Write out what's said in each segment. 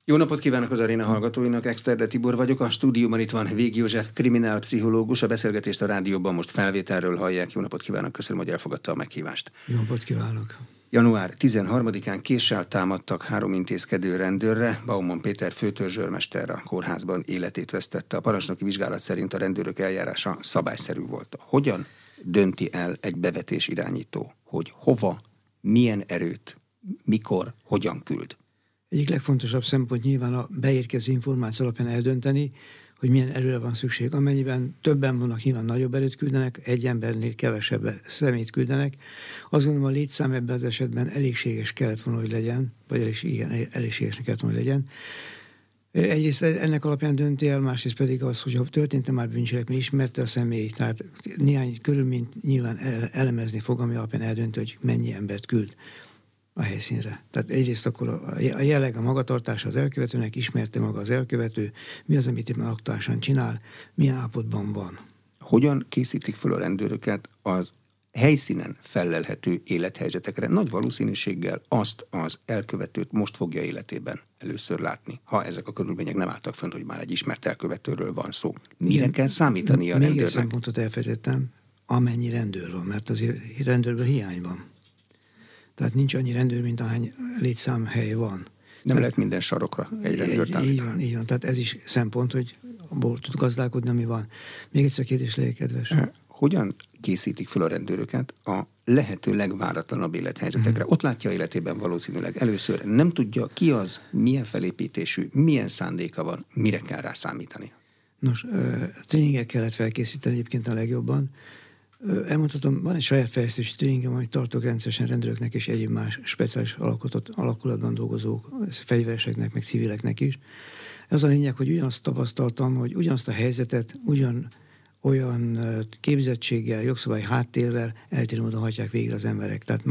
Jó napot kívánok az aréna hallgatóinak, Exterde Tibor vagyok, a stúdióban itt van Vég József, kriminálpszichológus, a beszélgetést a rádióban most felvételről hallják. Jó napot kívánok, köszönöm, hogy elfogadta a meghívást. Jó napot kívánok! Január 13-án késsel támadtak 3 intézkedő rendőrre. Baumann Péter főtörzsőrmester a kórházban életét vesztette. A parancsnoki vizsgálat szerint a rendőrök eljárása szabályszerű volt. Hogyan dönti el egy bevetés irányító, hogy hova, milyen erőt, mikor, hogyan küld? Egyik legfontosabb szempont nyilván a beérkező információ alapján eldönteni, hogy milyen erőre van szükség. Amennyiben többen vannak, nyilván nagyobb erőt küldenek, egy embernél kevesebb szemét küldenek. Azt gondolom, a létszám ebben az esetben elégséges kellett volna, hogy legyen, vagy elégségesnek kellett volna, hogy legyen. Egyrészt ennek alapján dönti el, másrészt pedig az, hogy ha történt már bűncselekmény, ismerte a személy, tehát néhány körülményt nyilván elemezni fog, ami alapján eldönti, hogy mennyi embert küld a helyszínre. Tehát egyrészt akkor a jelleg, a magatartása az elkövetőnek, ismerte maga az elkövető, mi az, amit éppen aktuálisan csinál, milyen állapotban van. Hogyan készítik fel a rendőröket az helyszínen fellelhető élethelyzetekre? Nagy valószínűséggel azt az elkövetőt most fogja életében először látni, ha ezek a körülmények nem álltak fönn, hogy már egy ismert elkövetőről van szó. Mire kell számítani a rendőrnek? Még egy szempontot elfelejtettem, amennyi rendőr van, mert azért rendőrből hiány van. Tehát nincs annyi rendőr, mint ahány létszámhely van. Nem lehet minden sarokra egy rendőrt állítani. Így van. Tehát ez is szempont, hogy abból tud gazdálkodni, ami van. Még egyszer kérdés, legyen kedves. Hogyan készítik fel a rendőröket a lehető legváratlanabb élethelyzetekre? Ott látja életében valószínűleg először, nem tudja ki az, milyen felépítésű, milyen szándéka van, mire kell rá számítani. Nos, tréninget kellett felkészíteni egyébként a legjobban. Elmondhatom, van egy saját fejlesztési tréningem, amit tartok rendszeresen rendőröknek és egyéb más speciális alakulatban dolgozók, fegyvereseknek, meg civileknek is. Ez a lényeg, hogy ugyanazt tapasztaltam, hogy ugyanazt a helyzetet olyan képzettséggel, jogszabályi háttérrel eltérő módon hajtják végre az emberek, tehát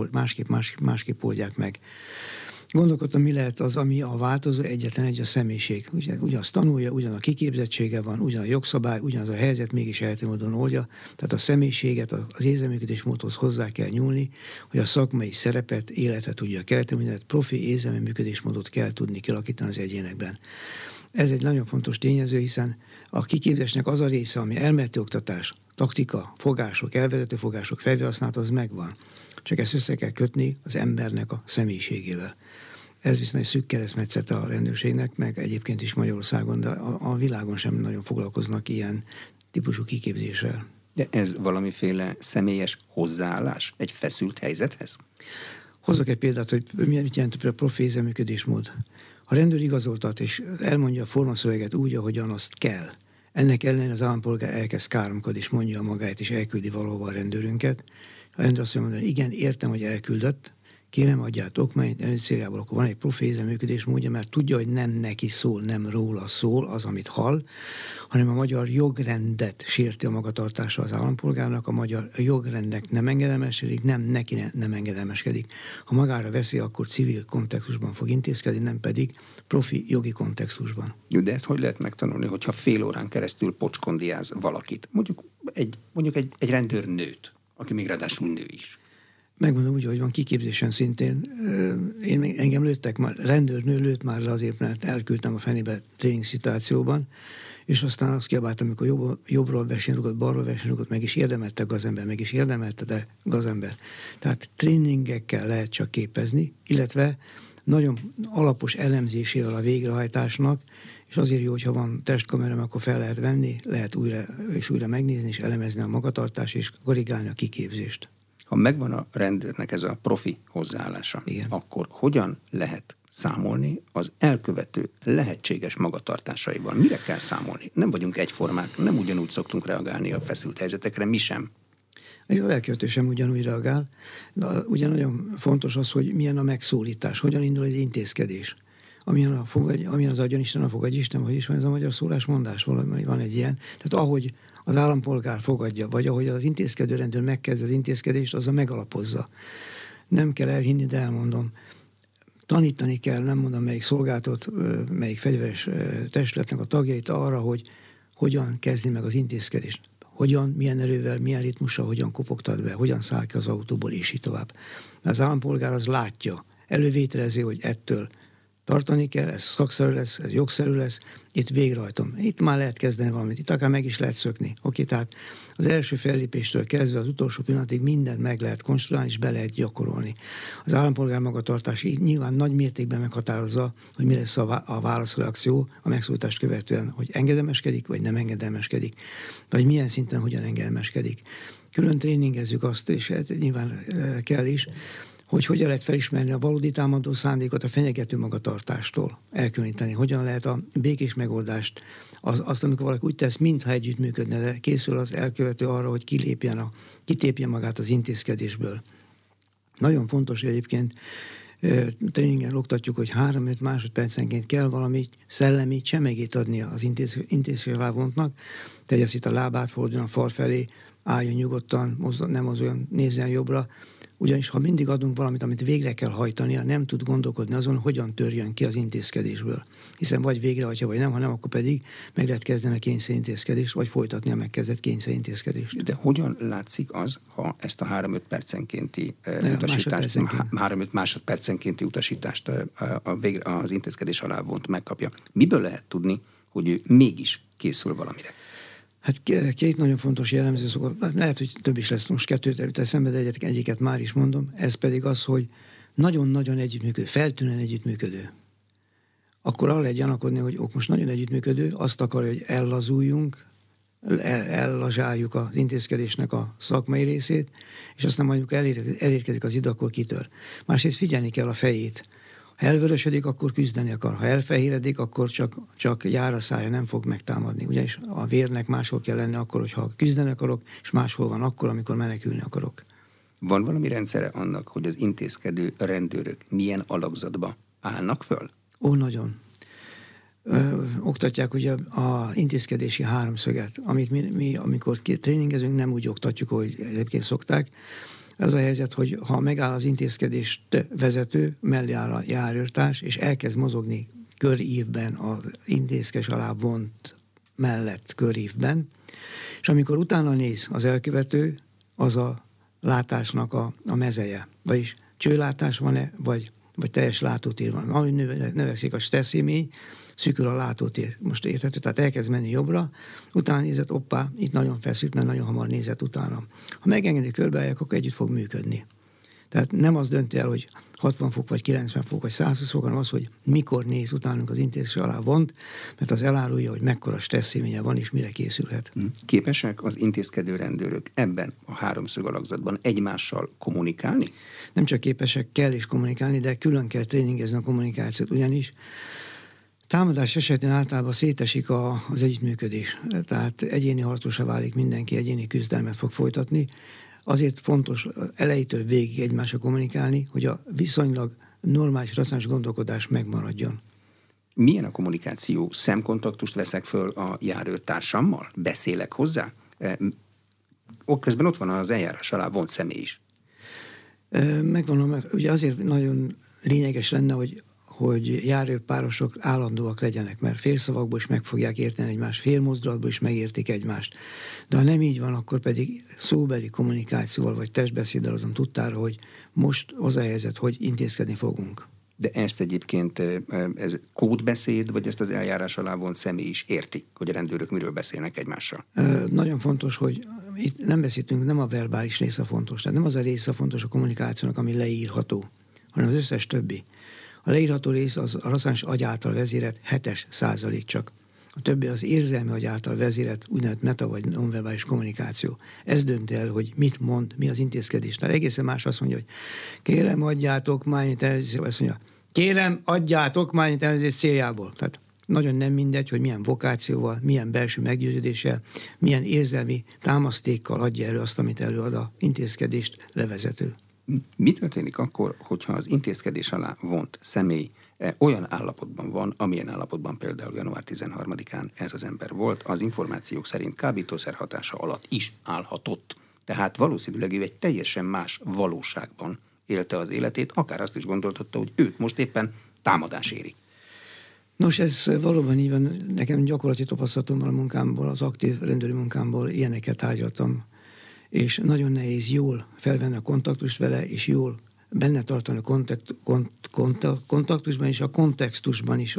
másképp oldják meg. Gondolkodtam, mi lehet az, ami a változó, egyetlen egy a személyiség. Ugyanazt tanulja, ugyan a kiképzettsége van, ugyan a jogszabály, ugyanaz a helyzet, mégis eltérő módon oldja. Tehát a személyiséget, az érzelműködés módhoz hozzá kell nyúlni, hogy a szakmai szerepet, életet tudja kelteni, tehát profi érzelműködésmódot kell tudni kialakítani az egyénekben. Ez egy nagyon fontos tényező, hiszen a kiképzésnek az a része, ami elméleti oktatás, taktika, fogások, elvezető fogások, fegyverhasználat, az megvan. Csak ezt össze kell kötni az embernek a személyiségével. Ez viszont egy szűk keresztmetszete a rendőrségnek, meg egyébként is Magyarországon, de a világon sem nagyon foglalkoznak ilyen típusú kiképzéssel. De ez valamiféle személyes hozzáállás egy feszült helyzethez? Hozzak egy példát, hogy mit jelent a profi érzelműködésmód. Ha rendőr igazoltat és elmondja a formaszöveget úgy, ahogyan azt kell, ennek ellenére az állampolgár elkezd káromkodni és mondja magáét és elküldi valahova a rendőrünket. A rendőr azt mondja, igen, értem, hogy elküldött, kérem, adját okmányt, céljából akkor van egy profi érzelműködés módja, mert tudja, hogy nem neki szól, nem róla szól az, amit hall, hanem a magyar jogrendet sérti a magatartása az állampolgárnak, a magyar jogrendnek nem engedelmeskedik, neki nem engedelmeskedik. Ha magára veszi, akkor civil kontextusban fog intézkedni, nem pedig profi jogi kontextusban. Jó, de ezt hogy lehet megtanulni, hogyha fél órán keresztül pocskondiáz valakit? Mondjuk egy rendőrnőt, aki még ráadásul nő is. Megmondom úgy, hogy van kiképzésen szintén. Engem lőttek már, rendőrnő lőtt már le azért, mert elküldtem a fenébe tréning szituációban, és aztán azt kiabáltam, amikor jobbról versenyrugott, balról versenyrugott, meg is érdemelte gazember, meg is érdemelte, de gazember. Tehát tréningekkel lehet csak képezni, illetve nagyon alapos elemzésével a végrehajtásnak, és azért jó, hogyha van testkamera, akkor fel lehet venni, lehet újra és újra megnézni, és elemezni a magatartást, és korrigálni a kiképzést. Ha megvan a rendőrnek ez a profi hozzáállása, igen, akkor hogyan lehet számolni az elkövető lehetséges magatartásaival? Mire kell számolni? Nem vagyunk egyformák, nem ugyanúgy szoktunk reagálni a feszült helyzetekre, mi sem. Az elkövető sem ugyanúgy reagál, de ugye nagyon fontos az, hogy milyen a megszólítás, hogyan indul egy intézkedés. Amilyen az adjon Isten, a fogadj Isten, hogy is van ez a magyar szólásmondás, valami van egy ilyen. Tehát ahogy az állampolgár fogadja, vagy ahogy az intézkedő rendőr megkezd az intézkedést, az a megalapozza. Nem kell elhinni, de elmondom. Tanítani kell, nem mondom melyik szolgáltat, melyik fegyveres testületnek a tagjait arra, hogy hogyan kezdi meg az intézkedést. Hogyan, milyen erővel, milyen ritmussal, hogyan kopogtat be, hogyan száll ki az autóból, és így tovább. Mert az állampolgár az látja, elővételezi, hogy ettől tartani kell, ez szakszerű lesz, ez jogszerű lesz, itt végrehajtom. Itt már lehet kezdeni valamit, itt akár meg is lehet szökni. Oké, tehát az első fellépéstől kezdve az utolsó pillanatig mindent meg lehet konstruálni, és be lehet gyakorolni. Az állampolgár magatartás így nyilván nagy mértékben meghatározza, hogy mi lesz a válaszreakció a megszólítást követően, hogy engedelmeskedik, vagy nem engedelmeskedik, vagy milyen szinten hogyan engedelmeskedik. Külön tréningezzük azt, és nyilván kell is, hogy hogyan lehet felismerni a valódi támadó szándékot a fenyegető magatartástól, elkülöníteni. Hogyan lehet a békés megoldást, azt, amikor valaki úgy tesz, mintha együttműködne, de készül az elkövető arra, hogy kitépje magát az intézkedésből. Nagyon fontos egyébként, tréningen oktatjuk, hogy 3-5 másodpercenként kell valami szellemi csemegét adnia az intézkedés alá vontnak, tegye itt a lábát, forduljon a fal felé, álljon nyugodtan, nem mozduljon, nézzen jobbra. Ugyanis ha mindig adunk valamit, amit végre kell hajtania, nem tud gondolkodni azon, hogyan törjön ki az intézkedésből. Hiszen vagy végrehajtja, vagy nem, ha nem, akkor pedig meg lehet kezdeni a kényszerintézkedést, vagy folytatni a megkezdett kényszerintézkedést. De hogyan látszik az, ha ezt a 3-5 percenkénti utasítást, 3-5 másodpercenkénti utasítást az intézkedés alá vont megkapja? Miből lehet tudni, hogy ő mégis készül valamire? Hát két nagyon fontos jellemző szokott, lehet, hogy több is lesz, most 2 jut eszembe, de egyiket már is mondom, ez pedig az, hogy nagyon-nagyon együttműködő, feltűnően együttműködő. Akkor arra lehet gyanakodni, hogy most nagyon együttműködő, azt akarja, hogy ellazuljunk, ellazsáljuk az intézkedésnek a szakmai részét, és aztán majd elérkezik az idő, akkor kitör. Másrészt figyelni kell a fejét. Ha elvörösödik, akkor küzdeni akar. Ha elfehéredik, akkor csak jár a szája, nem fog megtámadni. Ugyanis a vérnek máshol kell lenni akkor, hogyha küzdeni akarok, és máshol van akkor, amikor menekülni akarok. Van valami rendszere annak, hogy az intézkedő rendőrök milyen alakzatba állnak föl? Ó, nagyon. Oktatják ugye a intézkedési háromszöget, amit mi amikor tréningezünk, nem úgy oktatjuk, hogy egyébként szokták. Az a helyzet, hogy ha megáll az intézkedést vezető, mellé áll a járőrtárs, és elkezd mozogni körívben az intézkedés alá vont mellett körívben, és amikor utána néz az elkövető, az a látásnak a mezeje. Vagyis csőlátás van-e, vagy teljes látótér van. Ahogy növekszik a stresszélmény, szűkül a látótér. Most érthető, tehát elkezd menni jobbra, utána nézett, hoppá, itt nagyon feszült, mert nagyon hamar nézett utána. Ha megengedi körbeálljak, akkor együtt fog működni. Tehát nem az dönti el, hogy 60 fok, vagy 90 fok, vagy 120 fok, hanem az, hogy mikor néz utánunk az intézkedés alá vont, mert az elárulja, hogy mekkora stresszélménye van, és mire készülhet. Képesek az intézkedő rendőrök ebben a háromszög alakzatban egymással kommunikálni? Nem csak képesek, kell is kommunikálni, de külön kell tréningezni a kommunikációt, ugyanis támadás esetén általában szétesik az együttműködés. Tehát egyéni harcosra válik mindenki, egyéni küzdelmet fog folytatni. Azért fontos elejétől végig egymásra kommunikálni, hogy a viszonylag normális, racionális gondolkodás megmaradjon. Milyen a kommunikáció? Szemkontaktust veszek föl a járőrtársammal? Beszélek hozzá? Közben ott van az eljárás alá vont személy is. Megvan, ugye azért nagyon lényeges lenne, hogy járőrpárosok állandóak legyenek, mert félszavakból is meg fogják érteni egymást, félmozdulatból is megértik egymást. De ha nem így van, akkor pedig szóbeli kommunikációval vagy testbeszéddel adom tudtára, hogy most az a helyzet, hogy intézkedni fogunk. De ezt egyébként ez kódbeszéd, vagy ezt az eljárás alá vont személy is érti, hogy a rendőrök miről beszélnek egymással? Nagyon fontos, hogy itt nem beszéltünk, nem a verbális része fontos. Tehát nem az a része fontos a kommunikációnak, ami leírható, hanem az összes többi. A leírható rész az a racionális agy által vezérelt 7% csak. A többi az érzelmi agy által vezérelt úgynevezett meta vagy nonverbális kommunikáció. Ez dönt el, hogy mit mond, mi az intézkedés. Tehát egészen más azt mondja, hogy kérem, adjátok mányit elvizés, azt mondja, kérem, adjátok mányit elvizés céljából. Tehát nagyon nem mindegy, hogy milyen vokációval, milyen belső meggyőződéssel, milyen érzelmi támasztékkal adja elő azt, amit előad a intézkedést levezető. Mi történik akkor, hogyha az intézkedés alá vont személy olyan állapotban van, amilyen állapotban például január 13-án ez az ember volt, az információk szerint kábítószer hatása alatt is állhatott. Tehát valószínűleg ő egy teljesen más valóságban élte az életét, akár azt is gondoltatta, hogy őt most éppen támadás éri. Nos, ez valóban így van. Nekem gyakorlati tapasztalatommal a munkámból, az aktív rendőri munkámból ilyeneket tárgyaltam, és nagyon nehéz jól felvenni a kontaktust vele, és jól benne tartani kontaktusban és a kontextusban is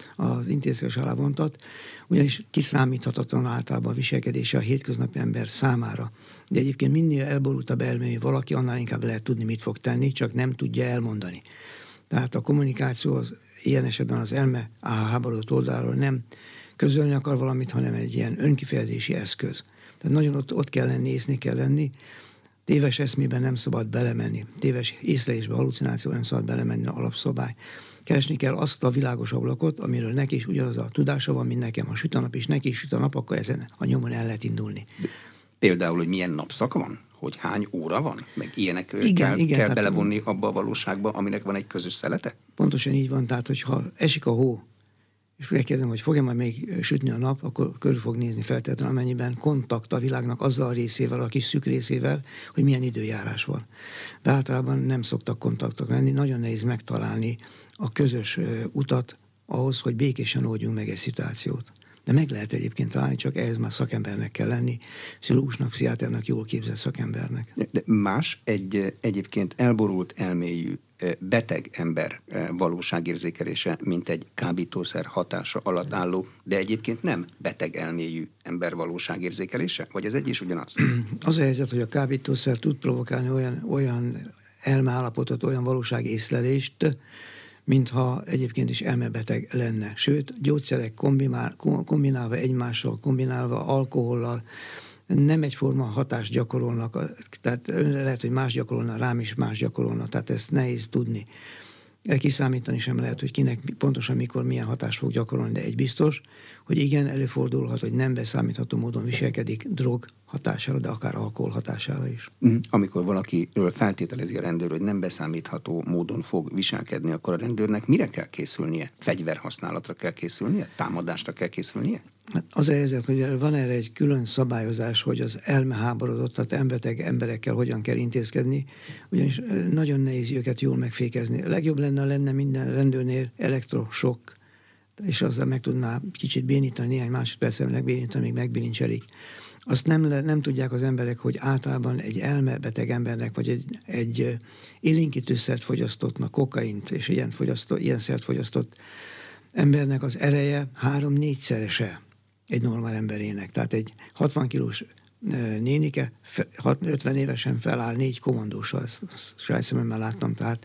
az intézkedés alá vontat, ugyanis kiszámíthatatlan általában a viselkedése a hétköznapi ember számára. De egyébként minél elborultabb elmélyű valaki, annál inkább lehet tudni, mit fog tenni, csak nem tudja elmondani. Tehát a kommunikáció az, ilyen esetben az elme háborodott oldalról nem közölni akar valamit, hanem egy ilyen önkifejezési eszköz. Tehát nagyon ott kell lenni, észnél kell lenni, téves eszmében nem szabad belemenni, téves észlelésbe, hallucinációba nem szabad belemenni, alapszabály. Keresni kell azt a világos ablakot, amiről neki is ugyanaz a tudása van, mint nekem. Ha süt a nap, és neki is süt a nap, akkor ezen a nyomon el lehet indulni. Például, hogy milyen napszak van? Hogy hány óra van? Meg ilyenek kell belevonni abba a valóságba, aminek van egy közös szelete? Pontosan így van, tehát hogyha esik a hó, és megkezdem, hogy fog-e majd még sütni a nap, akkor körül fog nézni feltétlenül, amennyiben kontakt a világnak azzal a részével, a kis szűk részével, hogy milyen időjárás van. De általában nem szoktak kontaktok lenni, nagyon nehéz megtalálni a közös utat ahhoz, hogy békésen oldjunk meg egy szituációt. De meg lehet egyébként találni, csak ehhez már szakembernek kell lenni, pszichológusnak, pszichiáternek, jól képzett szakembernek. De más egy egyébként elborult elmélyű beteg ember valóságérzékelése, mint egy kábítószer hatása alatt álló, de egyébként nem beteg elmélyű ember valóságérzékelése? Vagy ez egy is ugyanaz? Az a helyzet, hogy a kábítószer tud provokálni olyan elmeállapotot, olyan valóságészlelést, mintha egyébként is elmebeteg lenne. Sőt, gyógyszerek kombinálva egymással, kombinálva alkohollal, nem egyforma hatást gyakorolnak, tehát lehet, hogy más gyakorolna, rám is más gyakorolna, tehát ezt nehéz tudni. Kiszámítani sem lehet, hogy kinek pontosan mikor milyen hatást fog gyakorolni, de egy biztos, hogy igen, előfordulhat, hogy nem beszámítható módon viselkedik drog hatására, de akár alkohol hatására is. Amikor valakiről feltételezi a rendőr, hogy nem beszámítható módon fog viselkedni, akkor a rendőrnek mire kell készülnie? Fegyverhasználatra kell készülnie? Támadásra kell készülnie? Az a helyzet, hogy van erre egy külön szabályozás, hogy az elmeháborodott, tehát elmbeteg emberekkel hogyan kell intézkedni, ugyanis nagyon nehéz őket jól megfékezni. Legjobb lenne minden rendőrnél elektrosokk, és azzal meg tudná kicsit bénítani, néhány másodpercben megbénítani, még megbénincselik. Azt nem tudják az emberek, hogy általában egy elmebeteg embernek, vagy egy élénkítőszert fogyasztottnak, kokaint, és ilyen szert fogyasztott embernek az ereje 3-4-szerese egy normál emberének. Tehát egy 60 kilós nénike 50 évesen feláll 4 kommandóssal, ezt saját szememmel láttam, tehát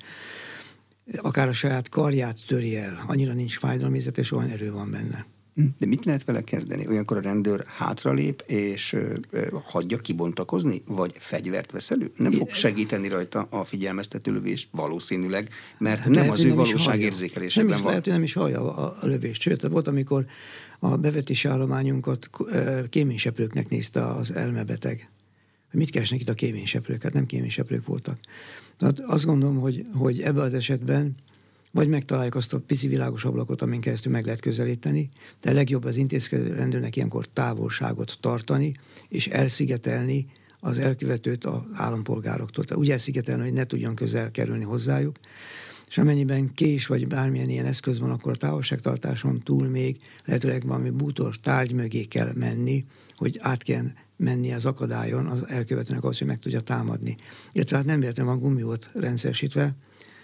akár a saját karját töri el, annyira nincs fájdalomérzet, és olyan erő van benne. De mit lehet vele kezdeni? Olyankor a rendőr hátralép, és hagyja kibontakozni, vagy fegyvert vesz elő? Nem fog segíteni rajta a figyelmeztető lövés valószínűleg, mert hát nem lehet, az ő valóságérzékelésében van. Lehet, hogy nem is hallja a lövést. Sőt, volt, amikor a bevetési állományunkat kéményseprőknek nézte az elmebeteg. Mit keresnek itt a kéményseprők? Hát nem kéményseprők voltak. Tehát azt gondolom, hogy ebben az esetben vagy megtaláljuk azt a pici világos ablakot, amin keresztül meg lehet közelíteni, de legjobb az intézkedő rendőrnek ilyenkor távolságot tartani, és elszigetelni az elkövetőt az állampolgároktól. Tehát úgy elszigetelni, hogy ne tudjon közel kerülni hozzájuk, és amennyiben kés vagy bármilyen ilyen eszköz van, akkor a távolságtartáson túl még lehetőleg valami bútor tárgy mögé kell menni, hogy át kell menni az akadályon az elkövetőnek ahhoz, hogy meg tudja támadni. Illetve hát nem véletlenül van gumiút rendszeresítve,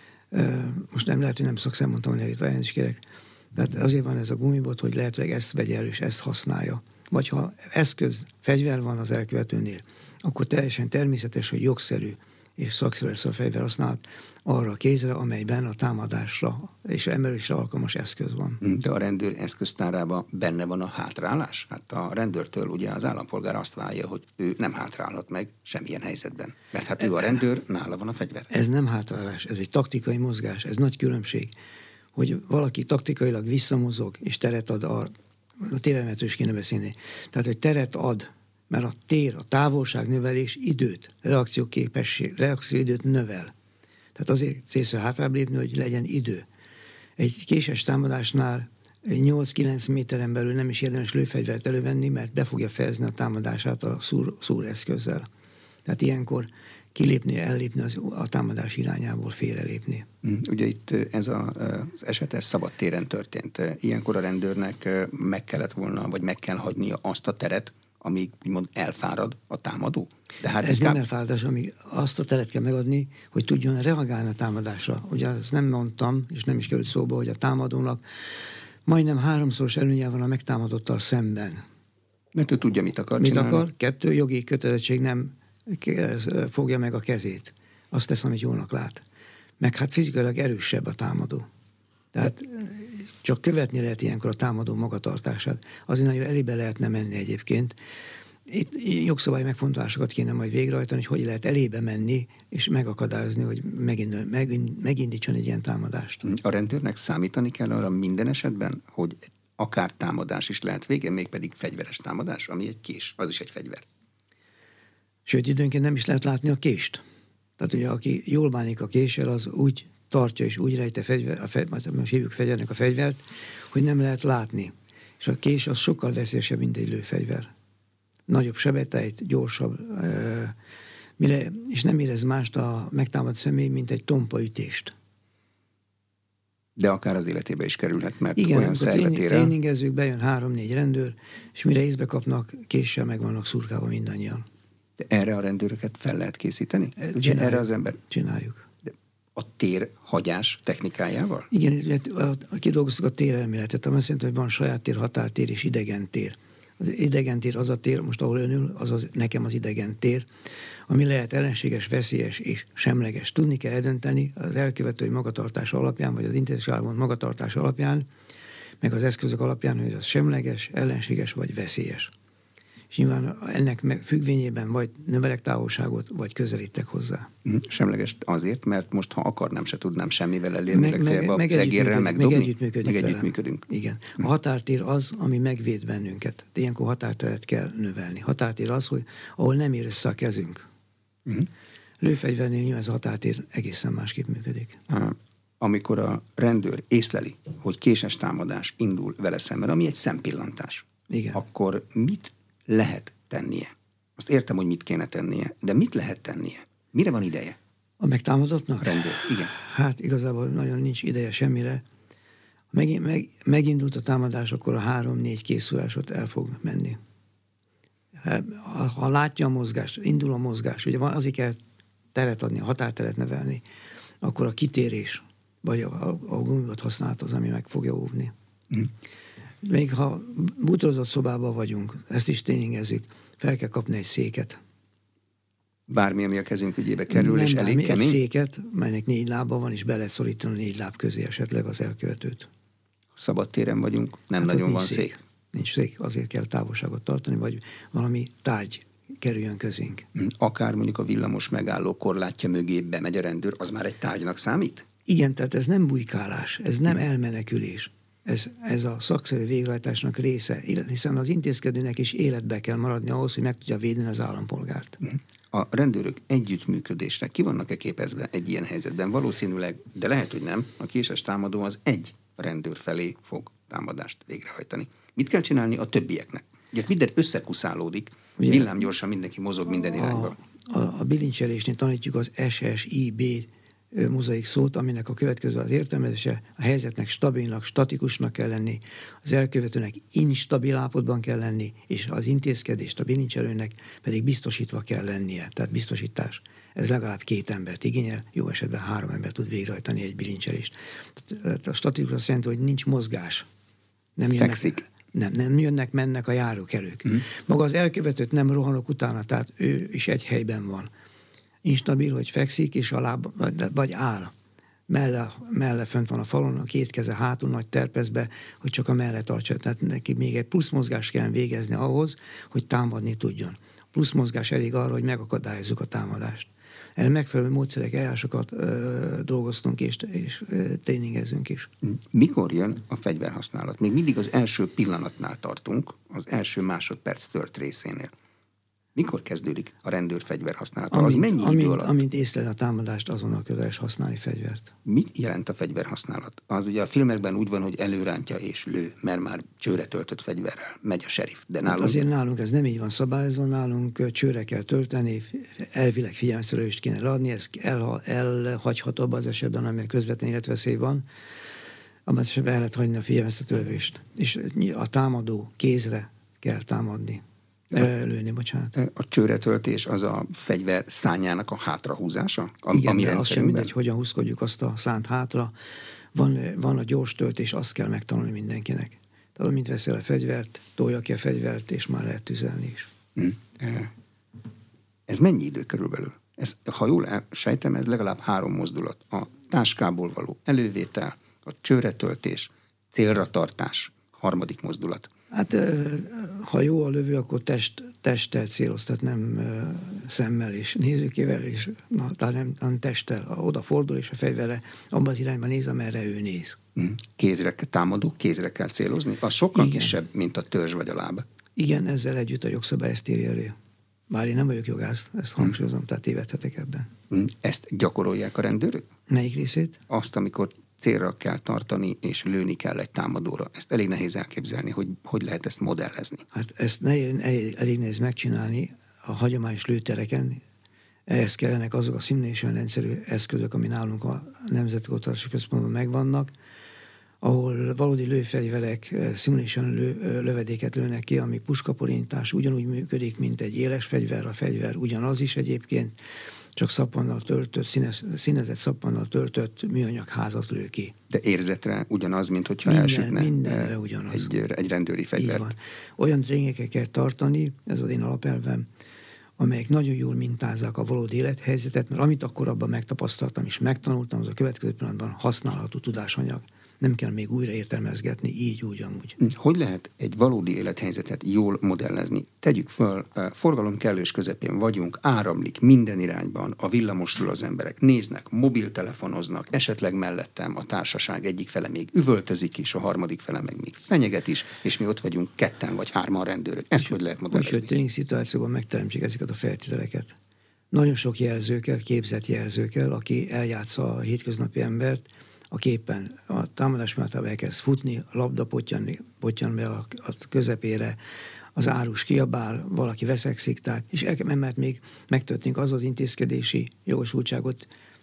most nem lehet, hogy nem szakszám mondtam a nevét, elnézést kérek. Tehát azért van ez a gumibot, hogy lehetőleg ezt vegye elő, és ezt használja. Vagy ha eszköz, fegyver van az elkövetőnél, akkor teljesen természetes, hogy jogszerű és szakszerű lesz a fegyverhasználat arra a kézre, amelyben a támadásra és emelésre alkalmas eszköz van. De a rendőr eszköztárában benne van a hátrálás? Hát a rendőrtől ugye az állampolgár azt várja, hogy ő nem hátrálhat meg semmilyen helyzetben. Mert hát ő a rendőr, nála van a fegyver. Ez nem hátrálás, ez egy taktikai mozgás, ez nagy különbség, hogy valaki taktikailag visszamozog és teret ad a térelmetről is kéne beszélni. Tehát, hogy teret ad, mert a tér, a távolságnövelés időt, reakcióidőt növel. Tehát azért célszerű hátrább lépni, hogy legyen idő. Egy késes támadásnál 8-9 méteren belül nem is érdemes lőfegyvert elővenni, mert be fogja fejezni a támadását a szúreszközzel. Tehát ilyenkor kilépni, ellépni a támadás irányából félrelépni. Ugye itt ez az eset, ez szabad téren történt. Ilyenkor a rendőrnek meg kellett volna, vagy meg kell hagynia azt a teret, amíg úgymond elfárad a támadó? De hát ez nem elfáradás, amíg azt a teret kell megadni, hogy tudjon reagálni a támadásra. Ugye azt nem mondtam, és nem is került szóba, hogy a támadónak majdnem 3-szoros előnye van a megtámadottal szemben. Mert ő tudja, mit akar csinálni. Mit akar? 2, jogi kötelezettség nem fogja meg a kezét. Azt tesz, amit jónak lát. Meg hát fizikailag erősebb a támadó. Tehát csak követni lehet ilyenkor a támadó magatartását. Azért nagyon elébe lehetne menni egyébként. Itt jogszabályi megfontolásokat kéne majd végrehajtani, hogy lehet elébe menni, és megakadályozni, hogy megindítson egy ilyen támadást. A rendőrnek számítani kell arra minden esetben, hogy akár támadás is lehet vége, mégpedig fegyveres támadás, ami egy kés, az is egy fegyver. Sőt, időnként nem is lehet látni a kést. Tehát ugye, aki jól bánik a késsel, az úgy tartja és úgy rejte most hívjuk fegyvernek a fegyvert, hogy nem lehet látni. És a kés az sokkal veszélyesebb, mint egy lőfegyver. Nagyobb sebetejt, gyorsabb, és nem érez mást a megtámadt személy, mint egy tompa ütést. De akár az életébe is kerülhet, mert igen, olyan szervet ér el. Tréningezők, bejön 3-4 rendőr, és mire észbe kapnak, késsel meg vannak szurkálva mindannyian. De erre a rendőröket fel lehet készíteni? Ugye erre az ember? Csináljuk. De a térhagyás technikájával? Igen, kidolgoztuk a térelméletet, ami azt jelenti, hogy van saját tér, határtér és idegen tér. Az idegen tér az a tér, most ahol ön ül, nekem az idegen tér, ami lehet ellenséges, veszélyes és semleges. Tudni kell eldönteni az elkövetői magatartás alapján, vagy az intézkedés magatartás alapján, meg az eszközök alapján, hogy az semleges, ellenséges vagy veszélyes. És nyilván ennek függvényében vagy növelek távolságot, vagy közelítek hozzá. Semleges azért, mert most, ha akarnám, se tudnám semmivel elérni, legfeljebb az egérrel megdobni. Meg együttműködünk. Igen. A határtér az, ami megvéd bennünket. De ilyenkor határteret kell növelni. Határtér az, hogy ahol nem ér össze a kezünk. Lőfegyvernél nyilván ez a határtér egészen másképp működik. Amikor a rendőr észleli, hogy késes támadás indul vele szemben, ami egy szempillantás, igen, akkor mit lehet tennie? Azt értem, hogy mit kéne tennie, de mit lehet tennie? Mire van ideje? A megtámadottnak? Rendőr, igen. Hát igazából nagyon nincs ideje semmire. Megindult a támadás, akkor a 3-4 készülásot el fog menni. Ha látja a mozgást, indul a mozgás, ugye azért kell teret adni, a határteret nevelni, akkor a kitérés, vagy a gumibot használat az, ami meg fogja óvni. Még ha bútorozott szobában vagyunk, ezt is tréningezzük, fel kell kapni egy széket. Bármi, ami a kezünk ügyébe kerül, nem és elég kemény? Egy széket, melynek 4 lába van, és be lehet szorítani 4 láb közé esetleg az elkövetőt. Szabad téren vagyunk, nem hát nagyon van szék. Nincs szék, azért kell távolságot tartani, vagy valami tárgy kerüljön közénk. Akár mondjuk a villamos megálló korlátja mögé bemegy a rendőr, az már egy tárgynak számít? Igen, tehát ez nem bujkálás, ez nem elmenekülés. Ez a szakszerű végrehajtásnak része, hiszen az intézkedőnek is életbe kell maradni ahhoz, hogy meg tudja védeni az állampolgárt. A rendőrök együttműködésre ki vannak-e képezve egy ilyen helyzetben? Valószínűleg, de lehet, hogy nem. A késes támadó az egy rendőr felé fog támadást végrehajtani. Mit kell csinálni a többieknek? Ugye minden összekuszálódik, villámgyorsan mindenki mozog minden irányba. A bilincselésnél tanítjuk az SSIB mozaik szót, aminek a következő az értelmezése, a helyzetnek stabilnak, statikusnak kell lenni, az elkövetőnek instabil állapotban kell lenni, és az intézkedést a bilincselőnek pedig biztosítva kell lennie, tehát biztosítás. Ez legalább 2 embert igényel, jó esetben 3 ember tud végrehajtani egy bilincselést. Tehát a statikus azt jelenti, hogy nincs mozgás. Nem jönnek, mennek a járókelők. Maga az elkövetőt nem rohanok utána, tehát ő is egy helyben van. Instabil, hogy fekszik, és a láb, vagy áll. Melle fönt van a falon, a 2 keze hátul nagy terpezbe, hogy csak a melle tartsa. Tehát neki még egy plusz mozgást kell végezni ahhoz, hogy támadni tudjon. Plusz mozgás elég arra, hogy megakadályozzuk a támadást. Erre megfelelő módszerek, eljárásokat dolgoztunk és tréningezünk is. Mikor jön a fegyverhasználat? Még mindig az első pillanatnál tartunk, az első másodperc tört részénél. Mikor kezdődik a rendőr fegyverhasználata? Az mennyi idő alatt? Amint észlel a támadást, azonnal köteles használni fegyvert. Mit jelent a fegyverhasználat? Az ugye a filmekben úgy van, hogy előrántja és lő, mert már csőre töltött fegyverrel megy a sheriff. De nálunk... Azért nálunk ez nem így van szabályozva, nálunk csőre kell tölteni, elvileg figyelmeztetést kéne leadni, ez elhagyható abban az esetben, amely közvetlen életveszély van, abban az esetben el lehet hagyni a figyelmeztetőlövést. És a támadó kézre kell támadni. Lőni, bocsánat. A csőretöltés az a fegyver szárnyának a hátrahúzása? Igen, de az sem mindegy, hogyan húzkodjuk azt a szánt hátra. Van a gyors töltés, azt kell megtanulni mindenkinek. Tehát amint veszel a fegyvert, tolja ki a fegyvert, és már lehet tüzelni is. Ez mennyi idő körülbelül? Ha jól sejtem, ez legalább 3 mozdulat. A táskából való elővétel, a csőretöltés, célra tartás, 3. mozdulat. Hát, ha jó a lövő, akkor testtel céloz, tehát nem szemmel és nézőkével, és nem testtel. Odafordul, és a fegyverre abban az irányban néz, amerre ő néz. Támadó kézre kell célozni? Az sokkal kisebb, mint a törzs vagy a láb. Igen, ezzel együtt a jogszabály ezt írja elő. Bár én nem vagyok jogász, ezt hangsúlyozom, tehát tévedhetek ebben. Ezt gyakorolják a rendőrök? Melyik részét? Azt, amikor célra kell tartani, és lőni kell egy támadóra. Ezt elég nehéz elképzelni, hogy lehet ezt modellezni. Hát ezt elég nehéz megcsinálni a hagyományos lőtereken. Ehhez kellenek azok a simulation rendszerű eszközök, ami nálunk a Nemzeti Kutatási Központban megvannak, ahol valódi lőfegyverek simulation lövedéket lőnek ki, ami puskaporintás ugyanúgy működik, mint egy éles fegyver, a fegyver ugyanaz is egyébként, csak szappannal töltött, színezett szappannal töltött műanyag házat lő ki. De érzetre ugyanaz, mint hogyha elsütne egy rendőri fegyvert. Így van. Olyan tréningeket kell tartani, ez az én alapelvem, amelyek nagyon jól mintázzák a valódi élethelyzetet, mert amit akkor abban megtapasztaltam és megtanultam, az a következő pillanatban használható tudásanyag. Nem kell még újra értelmezgetni, így, úgy, amúgy. Hogy lehet egy valódi élethelyzetet jól modellezni? Tegyük föl, forgalom kellős közepén vagyunk, áramlik minden irányban, a villamosról az emberek néznek, mobiltelefonoznak, esetleg mellettem a társaság egyik fele még üvöltözik is, a harmadik fele meg még fenyeget is, és mi ott vagyunk 2 vagy 3 rendőrök. Ezt hogy lehet modellezni? Úgyhogy tréning szituációban megteremtjük ezeket a feltételeket. Nagyon sok jelzőkkel, képzett jelzőkkel, aki eljátsza a hétköznapi embert, aki éppen a támadás mellett elkezd futni, a labda pottyan be a közepére, az árus kiabál, valaki veszekszik, és mert még megtörténik az az intézkedési jogosultságot,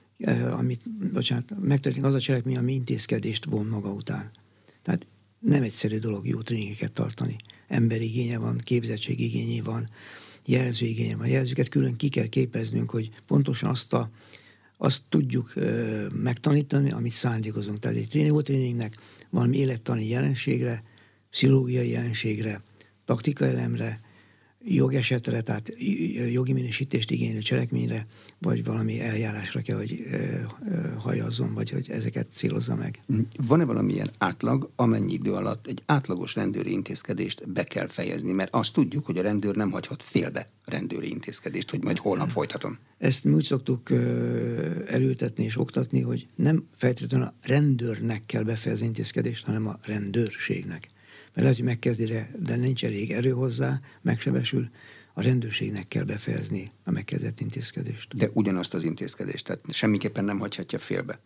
megtörténik az a cselekmény, ami intézkedést von maga után. Tehát nem egyszerű dolog jó tréningeket tartani. Emberigénye van, képzettségigénye van, jelzőigénye van. Jelzőket külön ki kell képeznünk, hogy pontosan azt tudjuk megtanítani, amit szándékozunk. Tehát egy tréningnek valami élettani jelenségre, pszichológiai jelenségre, taktikai elemre, jogesetre, tehát jogi minősítést igénylő cselekményre, vagy valami eljárásra kell, hogy hajazzon, vagy hogy ezeket célozza meg. Van-e valamilyen átlag, amennyi idő alatt egy átlagos rendőri intézkedést be kell fejezni? Mert azt tudjuk, hogy a rendőr nem hagyhat félbe rendőri intézkedést, hogy majd holnap folytatom. Ezt mi úgy szoktuk elültetni és oktatni, hogy nem feltétlenül a rendőrnek kell befejezni intézkedést, hanem a rendőrségnek. Mert lehet, hogy megkezdi, de nincs elég erő hozzá, megsebesül, a rendőrségnek kell befejezni a megkezdett intézkedést. De ugyanazt az intézkedést, tehát semmiképpen nem hagyhatja félbe.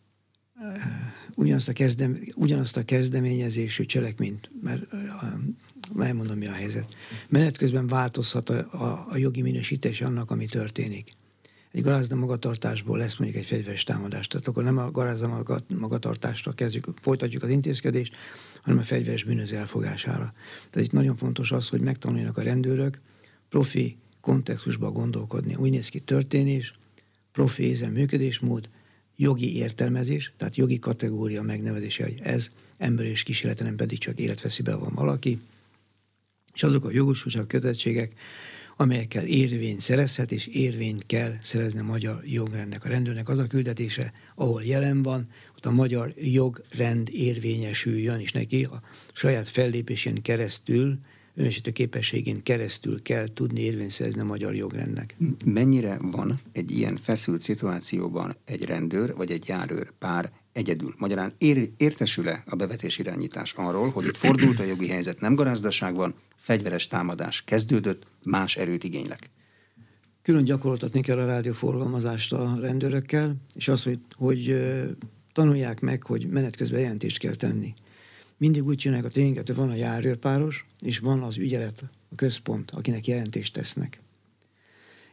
Ugyanazt a kezdeményezésű cselekményt, mert elmondom, mi a helyzet. Menet közben változhat a jogi minősítés annak, ami történik. Egy garázda magatartásból lesz mondjuk egy fegyveres támadás. Tehát akkor nem a garázda magatartásra folytatjuk az intézkedést, hanem a fegyveres bűnöző elfogására. Tehát itt nagyon fontos az, hogy megtanuljanak a rendőrök profi kontextusban gondolkodni. Úgy néz ki történés, profi észre működésmód, jogi értelmezés, tehát jogi kategória megnevezése, hogy ez ember és kísérlete, nem pedig csak életveszélyben van valaki, és azok a jogosultságok, kötelezettségek, amelyekkel érvényt szerezhet, és érvényt kell szerezni a magyar jogrendnek. A rendőrnek az a küldetése, ahol jelen van, ott a magyar jogrend érvényesüljön, és neki a saját fellépésén keresztül, önösítő képességén keresztül kell tudni érvényt szerezni a magyar jogrendnek. Mennyire van egy ilyen feszült szituációban egy rendőr vagy egy járőr pár egyedül? Magyarán értesül-e a bevetés irányítás arról, hogy itt fordult a jogi helyzet, nem garázdaság van, fegyveres támadás kezdődött, más erőt igénylek? Külön gyakoroltatni kell a rádióforgalmazást a rendőrökkel, és az, hogy tanulják meg, hogy menet közben jelentést kell tenni. Mindig úgy csinálják a tréninget, hogy van a járőrpáros, és van az ügyelet, a központ, akinek jelentést tesznek.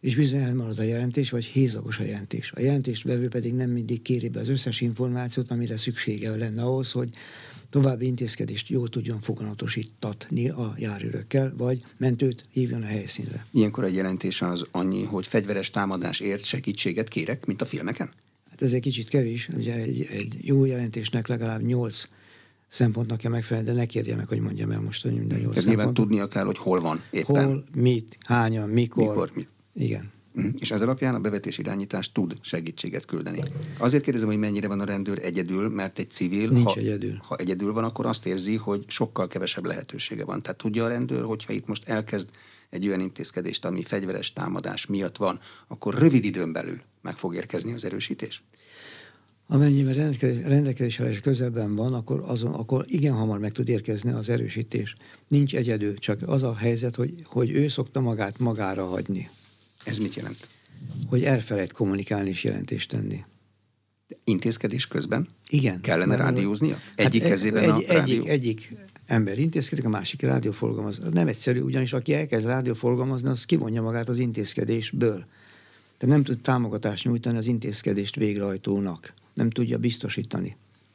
és bizony elmarad a jelentés, vagy hézagos a jelentés. A jelentéstevő pedig nem mindig kéri be az összes információt, amire szüksége lenne ahhoz, hogy további intézkedést jól tudjon foganatosítatni a járőrökkel, vagy mentőt hívjon a helyszínre. Ilyenkor egy jelentés az annyi, hogy fegyveres támadásért segítséget kérek, mint a filmeken? Hát ez egy kicsit kevés, ugye egy jó jelentésnek legalább 8 szempontnak kell megfelelni, de ne kérje meg, hogy mondjam el most, hogy minden 8 szempontot. Nyilván tudnia kell, hogy hol van éppen. Hol, mit, hányan, mikor mit. Igen. És ez alapján a bevetés irányítás tud segítséget küldeni. Azért kérdezem, hogy mennyire van a rendőr egyedül, mert egy civil, ha egyedül van, akkor azt érzi, hogy sokkal kevesebb lehetősége van. Tehát tudja a rendőr, hogyha itt most elkezd egy olyan intézkedést, ami fegyveres támadás miatt van, akkor rövid időn belül meg fog érkezni az erősítés? Amennyiben rendelkezésre közelben van, akkor igen hamar meg tud érkezni az erősítés. Nincs egyedül, csak az a helyzet, hogy ő szokta magát magára hagyni. Ez mit jelent? Hogy elfelejt kommunikálni és jelentést tenni. De intézkedés közben? Igen. Kellene rádióznia? Egyik kezében a rádió? Egyik ember intézkedik, a másik rádióforgalmaz. Nem egyszerű, ugyanis aki elkezd rádióforgalmazni, az kivonja magát az intézkedésből. Tehát nem tud támogatást nyújtani az intézkedést végrehajtónak. Nem tudja biztosítani.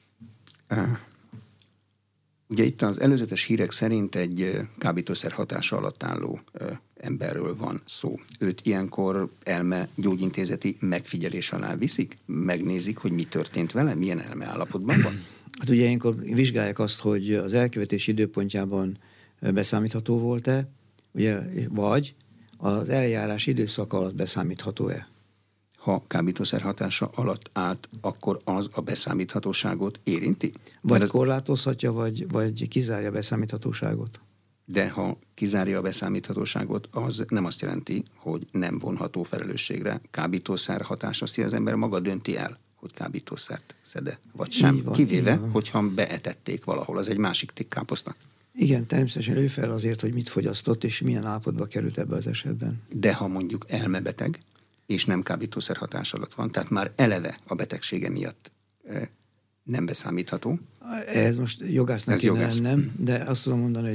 Ugye itt az előzetes hírek szerint egy kábítószer hatása alatt álló emberről van szó. Őt ilyenkor gyógyintézeti megfigyelés alá viszik? Megnézik, hogy mi történt vele? Milyen elmeállapotban van? Hát ugye ilyenkor vizsgálják azt, hogy az elkövetés időpontjában beszámítható volt-e, ugye, vagy az eljárás időszak alatt beszámítható-e. Ha kábítószer hatása alatt állt, akkor az a beszámíthatóságot érinti? Vagy korlátozhatja, vagy kizárja a beszámíthatóságot. De ha kizárja a beszámíthatóságot, az nem azt jelenti, hogy nem vonható felelősségre. Kábítószer hatás, azt az ember maga dönti el, hogy kábítószert szede, vagy sem. Van, kivéve, hogyha beetették valahol, az egy másik káposzta. Igen, természetesen ő fel azért, hogy mit fogyasztott, és milyen állapotba került ebbe az esetben. De ha mondjuk elmebeteg, és nem kábítószer hatás alatt van, tehát már eleve a betegsége miatt nem beszámítható. Ez most jogásznak kéne lennem, de azt tudom mondani,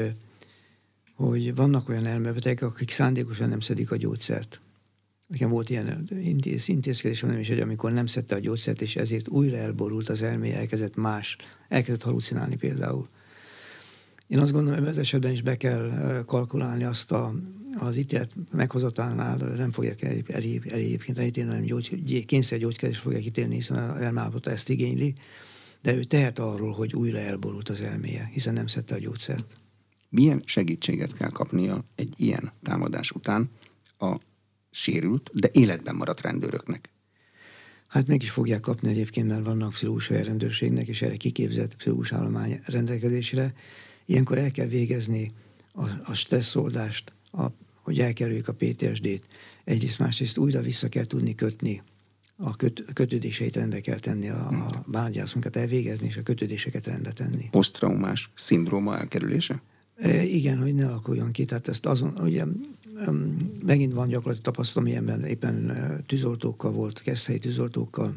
hogy vannak olyan elmebetegek, akik szándékosan nem szedik a gyógyszert. Nekem volt ilyen intézkedés, nem is, hogy amikor nem szedte a gyógyszert, és ezért újra elborult az elméje, elkezdett halucinálni például. Én azt gondolom, hogy ebben az esetben is be kell kalkulálni azt az ítélet meghozatánál nem fogják egyébként elítélni, hanem kényszergyógykezést fogják ítélni, hiszen az elmeállapota ezt igényli, de ő tehet arról, hogy újra elborult az elméje, hiszen nem szedte a gyógyszert. Milyen segítséget kell kapnia egy ilyen támadás után a sérült, de életben maradt rendőröknek? Hát meg is fogják kapni egyébként, mert vannak pszichológus rendőrségnek, és erre kiképzett pszichológus állomány rendelkezésre. Ilyenkor el kell végezni a stresszoldást, hogy elkerüljük a PTSD-t. Egyrészt, másrészt újra vissza kell tudni kötni. A kötődéseit rendbe kell tenni, a bánatgyászmunkat elvégezni, és a kötődéseket rendbe tenni. Posztraumás szindróma elkerülése? Igen, hogy ne alakuljon ki. Tehát ezt ugye, megint van gyakorlati tapasztalatom, ilyenben éppen tűzoltókkal volt, keszthelyi tűzoltókkal.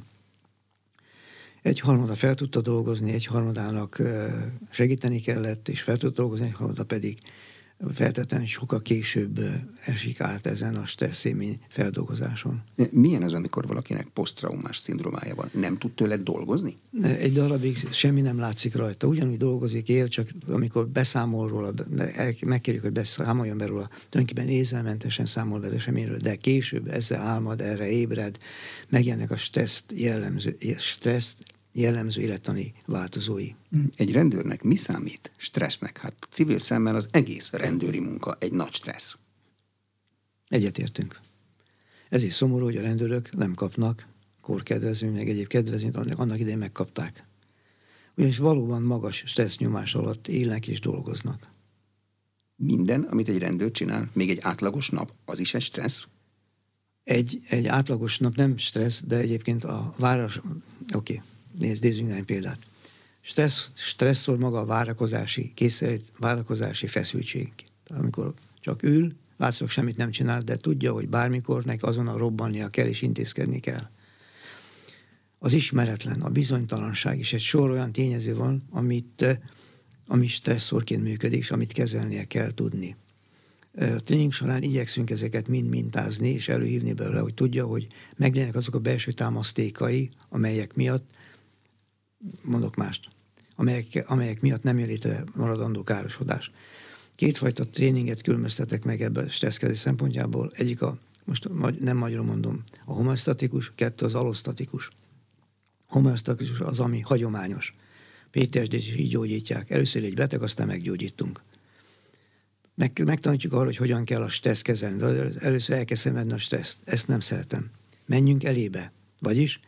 Egy harmada fel tudta dolgozni, egy harmadának segíteni kellett, és fel tudta dolgozni, egy harmada pedig feltétlenül sokkal később esik át ezen a stresszélmény feldolgozáson. Milyen az, amikor valakinek posztraumás szindrómája van? Nem tud tőle dolgozni? Egy darabig semmi nem látszik rajta. Ugyanúgy dolgozik, él, csak amikor beszámol róla, megkérjük, hogy beszámoljon be róla, tulajdonképpen észrementesen számol be az eseményről, de később ezzel álmod, erre ébred, megjelennek a stresszt jellemző élettani változói. Egy rendőrnek mi számít stressznek? Hát civil szemmel az egész rendőri munka egy nagy stressz. Egyetértünk. Ezért szomorú, hogy a rendőrök nem kapnak korkedvezményt, meg egyéb kedvezményt, annak idején megkapták. Ugyanis valóban magas stressz nyomás alatt élnek és dolgoznak. Minden, amit egy rendőr csinál, még egy átlagos nap, az is egy stressz? Egy átlagos nap nem stressz, de egyébként a város... Oké. Nézzünk egy példát. Stresszol maga a várakozási feszültség. Amikor csak ül, látszólag semmit nem csinál, de tudja, hogy bármikor neki azonnal robbannia kell és intézkedni kell. Az ismeretlen, a bizonytalanság is egy sor olyan tényező van, ami stresszorként működik, és amit kezelnie kell tudni. A tréning során igyekszünk ezeket mind mintázni, és előhívni belőle, hogy tudja, hogy meglegyenek azok a belső támasztékai, amelyek miatt, mondok mást, amelyek miatt nem jön létre maradandó károsodás. Kétfajta tréninget különböztetek meg ebben a stresszkezés szempontjából. Egyik most nem magyarul mondom, a homeosztatikus, kettő az allosztatikus. Homeosztatikus az, ami hagyományos. PTSD-t is így gyógyítják. Először egy beteg, aztán meggyógyítunk. Megtanítjuk arra, hogy hogyan kell a stressz kezelni. De először el kell szenvedni a stresszt. Ezt nem szeretem. Menjünk elébe. Vagyis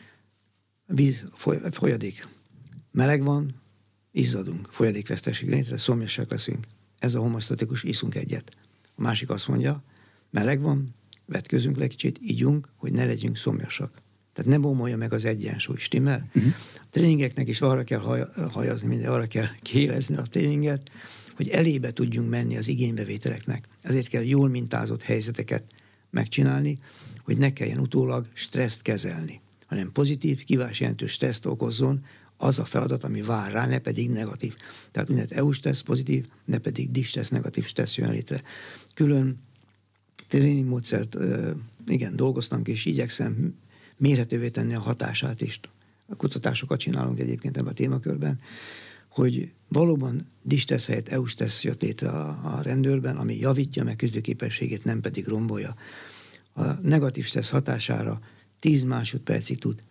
víz, folyadék. Meleg van, izzadunk. Folyadékveszteség létre, szomjasak leszünk. Ez a homeosztatikus, iszunk egyet. A másik azt mondja, meleg van, vetkőzünk le kicsit, ígyunk, hogy ne legyünk szomjasak. Tehát ne bomolja meg az egyensúly, stimmel? A tréningeknek is arra kell hajazni, arra kell kiélezni a tréninget, hogy elébe tudjunk menni az igénybevételeknek. Ezért kell jól mintázott helyzeteket megcsinálni, hogy ne kelljen utólag stresszt kezelni, hanem pozitív, kívásjelentő stresszt okozzon az a feladat, ami vár rá, ne pedig negatív. Tehát úgynevezett EU stressz pozitív, ne pedig distressz negatív stressz jön létre. Külön tréningmódszert dolgoztam ki, és igyekszem mérhetővé tenni a hatását is. A kutatásokat csinálunk egyébként ebben a témakörben, hogy valóban distressz helyett EU stressz jött létre a rendőrben, ami javítja meg küzdőképességét, nem pedig rombolja. A negatív stressz hatására 10 másodpercig tud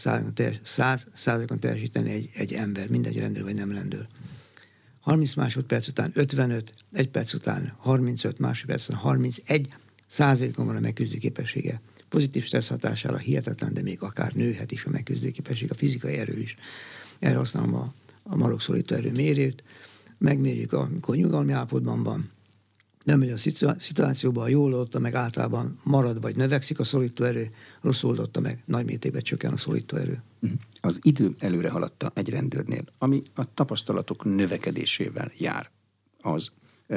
100%-on teljesíteni egy ember, mindegy rendőr vagy nem rendőr. 30 másodperc után 55, 1 perc után 35 másodperc után 31%-on van a megküzdő képessége. Pozitív stressz hatására hihetetlen, de még akár nőhet is a megküzdő képesség, a fizikai erő is. Erre használom a marokszorító erő mérőt, megmérjük, amikor nyugalmi állapotban van, nem megy a szituációban, ha jól oldotta meg, általában marad vagy növekszik a szorító erő, rosszul oldotta meg, nagy mértékben csökken a szorító erő. Az idő előre haladta egy rendőrnél, ami a tapasztalatok növekedésével jár. Az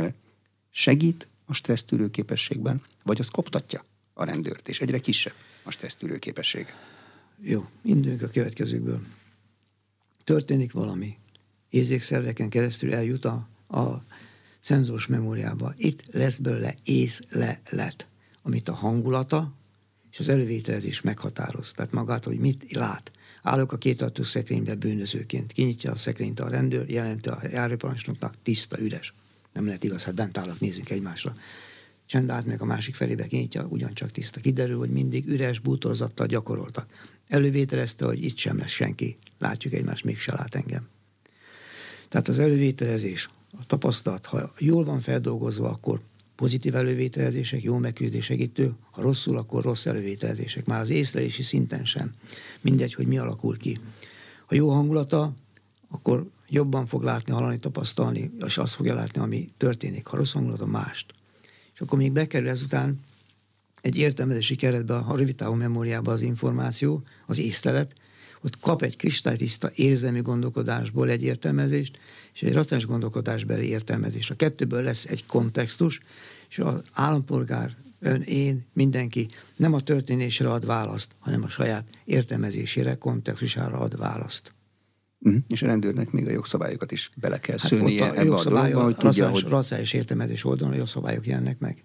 segít a stressztűrő képességben, vagy az koptatja a rendőrt, és egyre kisebb a stressztűrő képessége? Jó, induljunk a következőkből. Történik valami. Érzékszerveken keresztül eljut a szenzoros memóriába. Itt lesz belőle észlelet, amit a hangulata és az elővételezés meghatároz. Tehát magát, hogy mit lát. Állok a kétartós szekrénybe bűnözőként. Kinyitja a szekrényt a rendőr, jelenti a járőrparancsnoknak, tiszta, üres. Nem lehet igaz, hát bent állok, nézzünk egymásra. Csendben átmegyek a másik felébe, kinyitja, ugyancsak tiszta. Kiderül, hogy mindig üres bútorzattal gyakoroltak. Elővételezte, hogy itt sem lesz senki. Látjuk egymást, mégse lát engem. Tehát az elővételezés, a tapasztalat, ha jól van feldolgozva, akkor pozitív elővételezések, jó megküzdés segítő, ha rosszul, akkor rossz elővételezések. Már az észlelési szinten sem. Mindegy, hogy mi alakul ki. Ha jó hangulata, akkor jobban fog látni, hallani, tapasztalni, és azt fogja látni, ami történik. Ha rossz hangulata, mást. És akkor még bekerül ezután egy értelmezési keretbe, a rövidtávú memóriába az információ, az észlelet, ott kap egy kristálytiszta érzelmi gondolkodásból egy értelmezést, és egy racionális gondolkodásbeli értelmezést. A kettőből lesz egy kontextus, és az állampolgár, ön, én, mindenki nem a történésre ad választ, hanem a saját értelmezésére, kontextusára ad választ. És a rendőrnek még a jogszabályokat is bele kell szőnie ebbe a dologba, hogy tudja, hogy... racionális értelmezés oldalon a jogszabályok jelennek meg.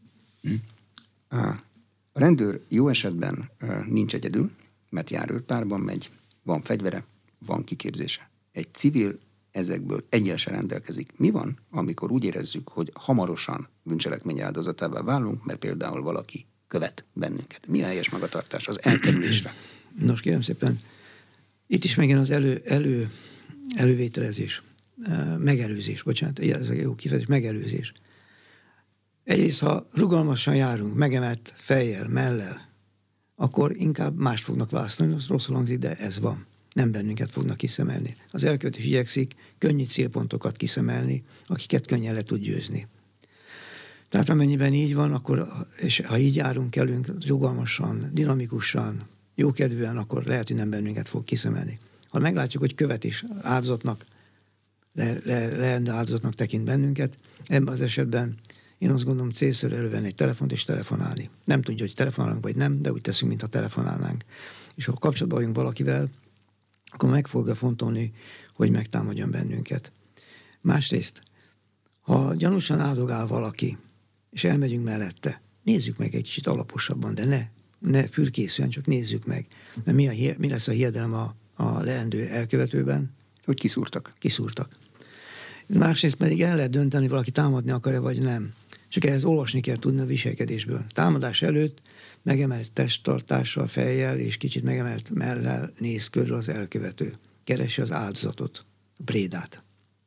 A rendőr jó esetben nincs egyedül, mert járőrpárban megy, van fegyvere, van kiképzése. Egy civil ezekből egyel se rendelkezik. Mi van, amikor úgy érezzük, hogy hamarosan bűncselekmény áldozatává válunk, mert például valaki követ bennünket? Mi a helyes magatartás az elkerülésre? Nos, kérem szépen, itt is megjön az elővételezés, megelőzés, bocsánat, ez a jó kifejezés, megelőzés. Egyrészt, ha rugalmasan járunk, megemelt fejjel, mellel, akkor inkább mást fognak választani, az rosszul hangzik, de ez van. Nem bennünket fognak kiszemelni. Az elkövetés igyekszik könnyű célpontokat kiszemelni, akiket könnyen le tud győzni. Tehát amennyiben így van, akkor, és ha így járunk, kelünk rugalmasan, dinamikusan, jókedvűen, akkor lehet, hogy nem bennünket fog kiszemelni. Ha meglátjuk, hogy követés áldozatnak, leendő áldozatnak tekint bennünket, ebben az esetben én azt gondolom, célszerű elővenni egy telefont és telefonálni. Nem tudja, hogy telefonálunk vagy nem, de úgy teszünk, mintha telefonálnánk. És ha kapcsolatban vagyunk valakivel, akkor meg fogja fontolni, hogy megtámadjon bennünket. Másrészt, ha gyanúsan áldogál valaki, és elmegyünk mellette. Nézzük meg egy kicsit alaposabban, de ne fürkészűen, csak nézzük meg. Mert mi lesz a hiedelem a leendő elkövetőben? Hogy kiszúrtak. Kiszúrtak. Másrészt pedig el lehet dönteni, hogy valaki támadni akar-e, vagy nem. Csak ehhez olvasni kell tudni a viselkedésből. Támadás előtt megemelt testtartással, fejjel és kicsit megemelt mellel néz körül az elkövető. Keresi az áldozatot, a prédát.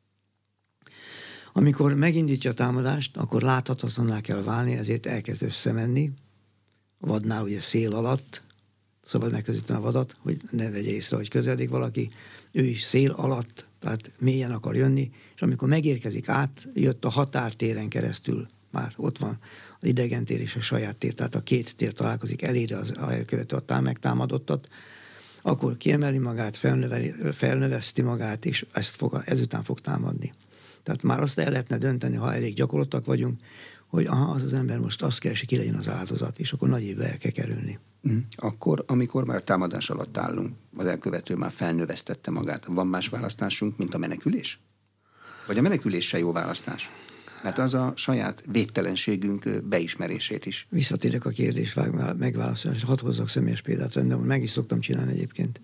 Amikor megindítja a támadást, akkor láthatatlanná kell válni, ezért elkezd összemenni. A vadnál ugye szél alatt, szabad megközelíteni a vadat, hogy ne vegye észre, hogy közeledik valaki. Ő is szél alatt, tehát mélyen akar jönni, és amikor megérkezik jött a határtéren keresztül, már ott van az idegen tér és a saját tér, tehát a két tér találkozik, eléri az elkövető a megtámadottat, akkor kiemeli magát, felnöveszti magát, és ezután fog támadni. Tehát már azt el lehetne dönteni, ha elég gyakorlottak vagyunk, hogy az az ember most azt keresi, ki legyen az áldozat, és akkor nagy évbe el kell kerülni. Akkor, amikor már a támadás alatt állunk, az elkövető már felnövesztette magát, van más választásunk, mint a menekülés? Vagy a menekülés se jó választás? Hát az a saját védtelenségünk beismerését is. Visszatérek a kérdés megválaszolásra. Hadd hozzak személyes példát, rendben, meg is szoktam csinálni egyébként.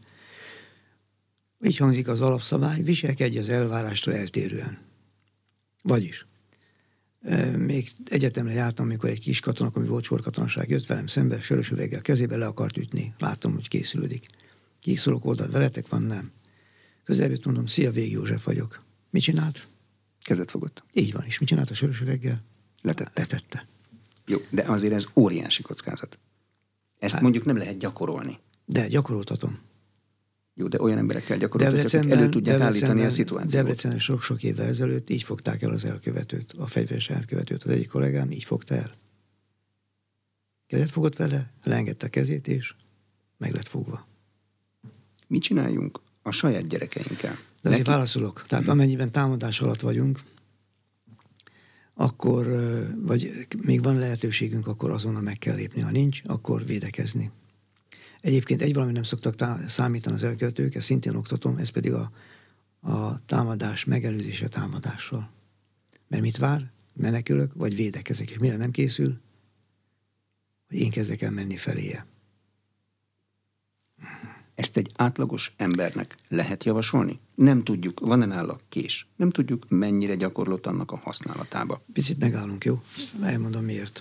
Így hangzik az alapszabály, viselkedj az elvárástól eltérően. Vagyis, még egyetemre jártam, amikor egy kis katona, ami volt sorkatonaság, jött velem szembe, sörös üveggel kezébe le akart ütni. Láttam, hogy készülődik. Kiszólok oldalt, veletek van, nem. Közelből mondom, szia, Vég József vagyok. Mit csinált? Kezet fogott. Így van, és mit csinált a sörös üveggel? Letette. Jó, de azért ez óriási kockázat. Ezt mondjuk nem lehet gyakorolni. De gyakoroltatom. Jó, de olyan emberekkel gyakoroltak, akik elő tudják állítani a szituációt. Debrecenben sok évvel ezelőtt így fogták el az elkövetőt, a fegyveres elkövetőt. Az egyik kollégám így fogta el. Kezet fogott vele, leengedte a kezét, és meg lett fogva. Mit csináljunk a saját gyerekeinkkel? De azért válaszolok. Tehát amennyiben támadás alatt vagyunk, akkor, vagy még van lehetőségünk, akkor azonnal meg kell lépni. Ha nincs, akkor védekezni. Egyébként egy valami nem szoktak számítani az elkövetők, ezt szintén oktatom, ez pedig a támadás megelőzése támadással. Mert mit vár? Menekülök, vagy védekezek, és mire nem készül? Hogy én kezdek el menni feléje. Ezt egy átlagos embernek lehet javasolni? Nem tudjuk, van-e nála kés? Nem tudjuk, mennyire gyakorlott annak a használatába. Picit megállunk, jó? Elmondom miért.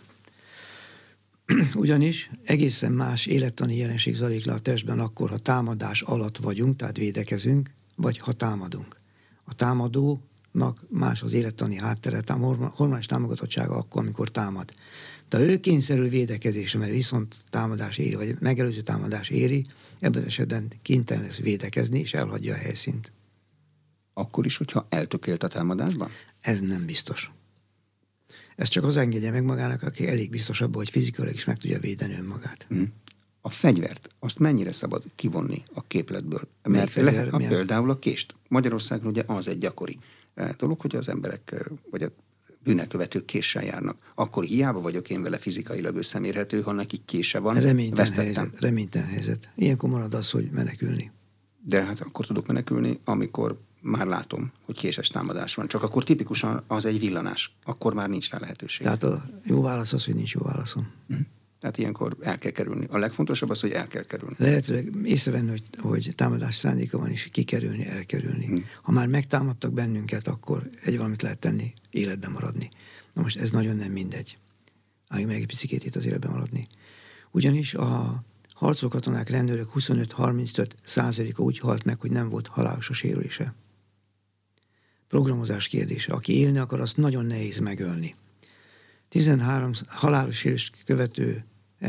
Ugyanis egészen más élettani jelenség zajlik le a testben akkor, ha támadás alatt vagyunk, tehát védekezünk, vagy ha támadunk. A támadónak más az élettani háttere, hormonális támogatottsága akkor, amikor támad. De ő kényszerül védekezésre, mert viszont támadás éri, vagy megelőző támadás éri, ebben az esetben kénytelen lesz védekezni, és elhagyja a helyszínt. Akkor is, hogyha eltökélt a támadásban? Ez nem biztos. Ez csak az engedje meg magának, aki elég biztos abban, hogy fizikailag is meg tudja védeni önmagát. A fegyvert, azt mennyire szabad kivonni a képletből? Mert lehet például a kést. Magyarországon ugye az egy gyakori dolog, hogy az emberek, vagy a bűnelkövetők késsel járnak. Akkor hiába vagyok én vele fizikailag összemérhető, ha neki kése van, reménytelen helyzet. Ilyenkor marad az, hogy menekülni. De hát akkor tudok menekülni, amikor már látom, hogy késes támadás van. Csak akkor tipikusan az egy villanás. Akkor már nincs rá lehetőség. Tehát a jó válasz az, hogy nincs jó válaszom. Tehát ilyenkor el kell kerülni. A legfontosabb az, hogy el kell kerülni. Lehetőleg észrevenni, hogy támadás szándéka van, és kikerülni, elkerülni. Ha már megtámadtak bennünket, akkor egy valamit lehet tenni, életben maradni. Na most ez nagyon nem mindegy. Még egy picikét itt az életben maradni. Ugyanis a harcoló katonák, rendőrök 25-35% úgy halt meg, hogy nem volt halálos a sérülése. Programozás kérdése. Aki élni akar, azt nagyon nehéz megölni. 13 halálos sérülést követően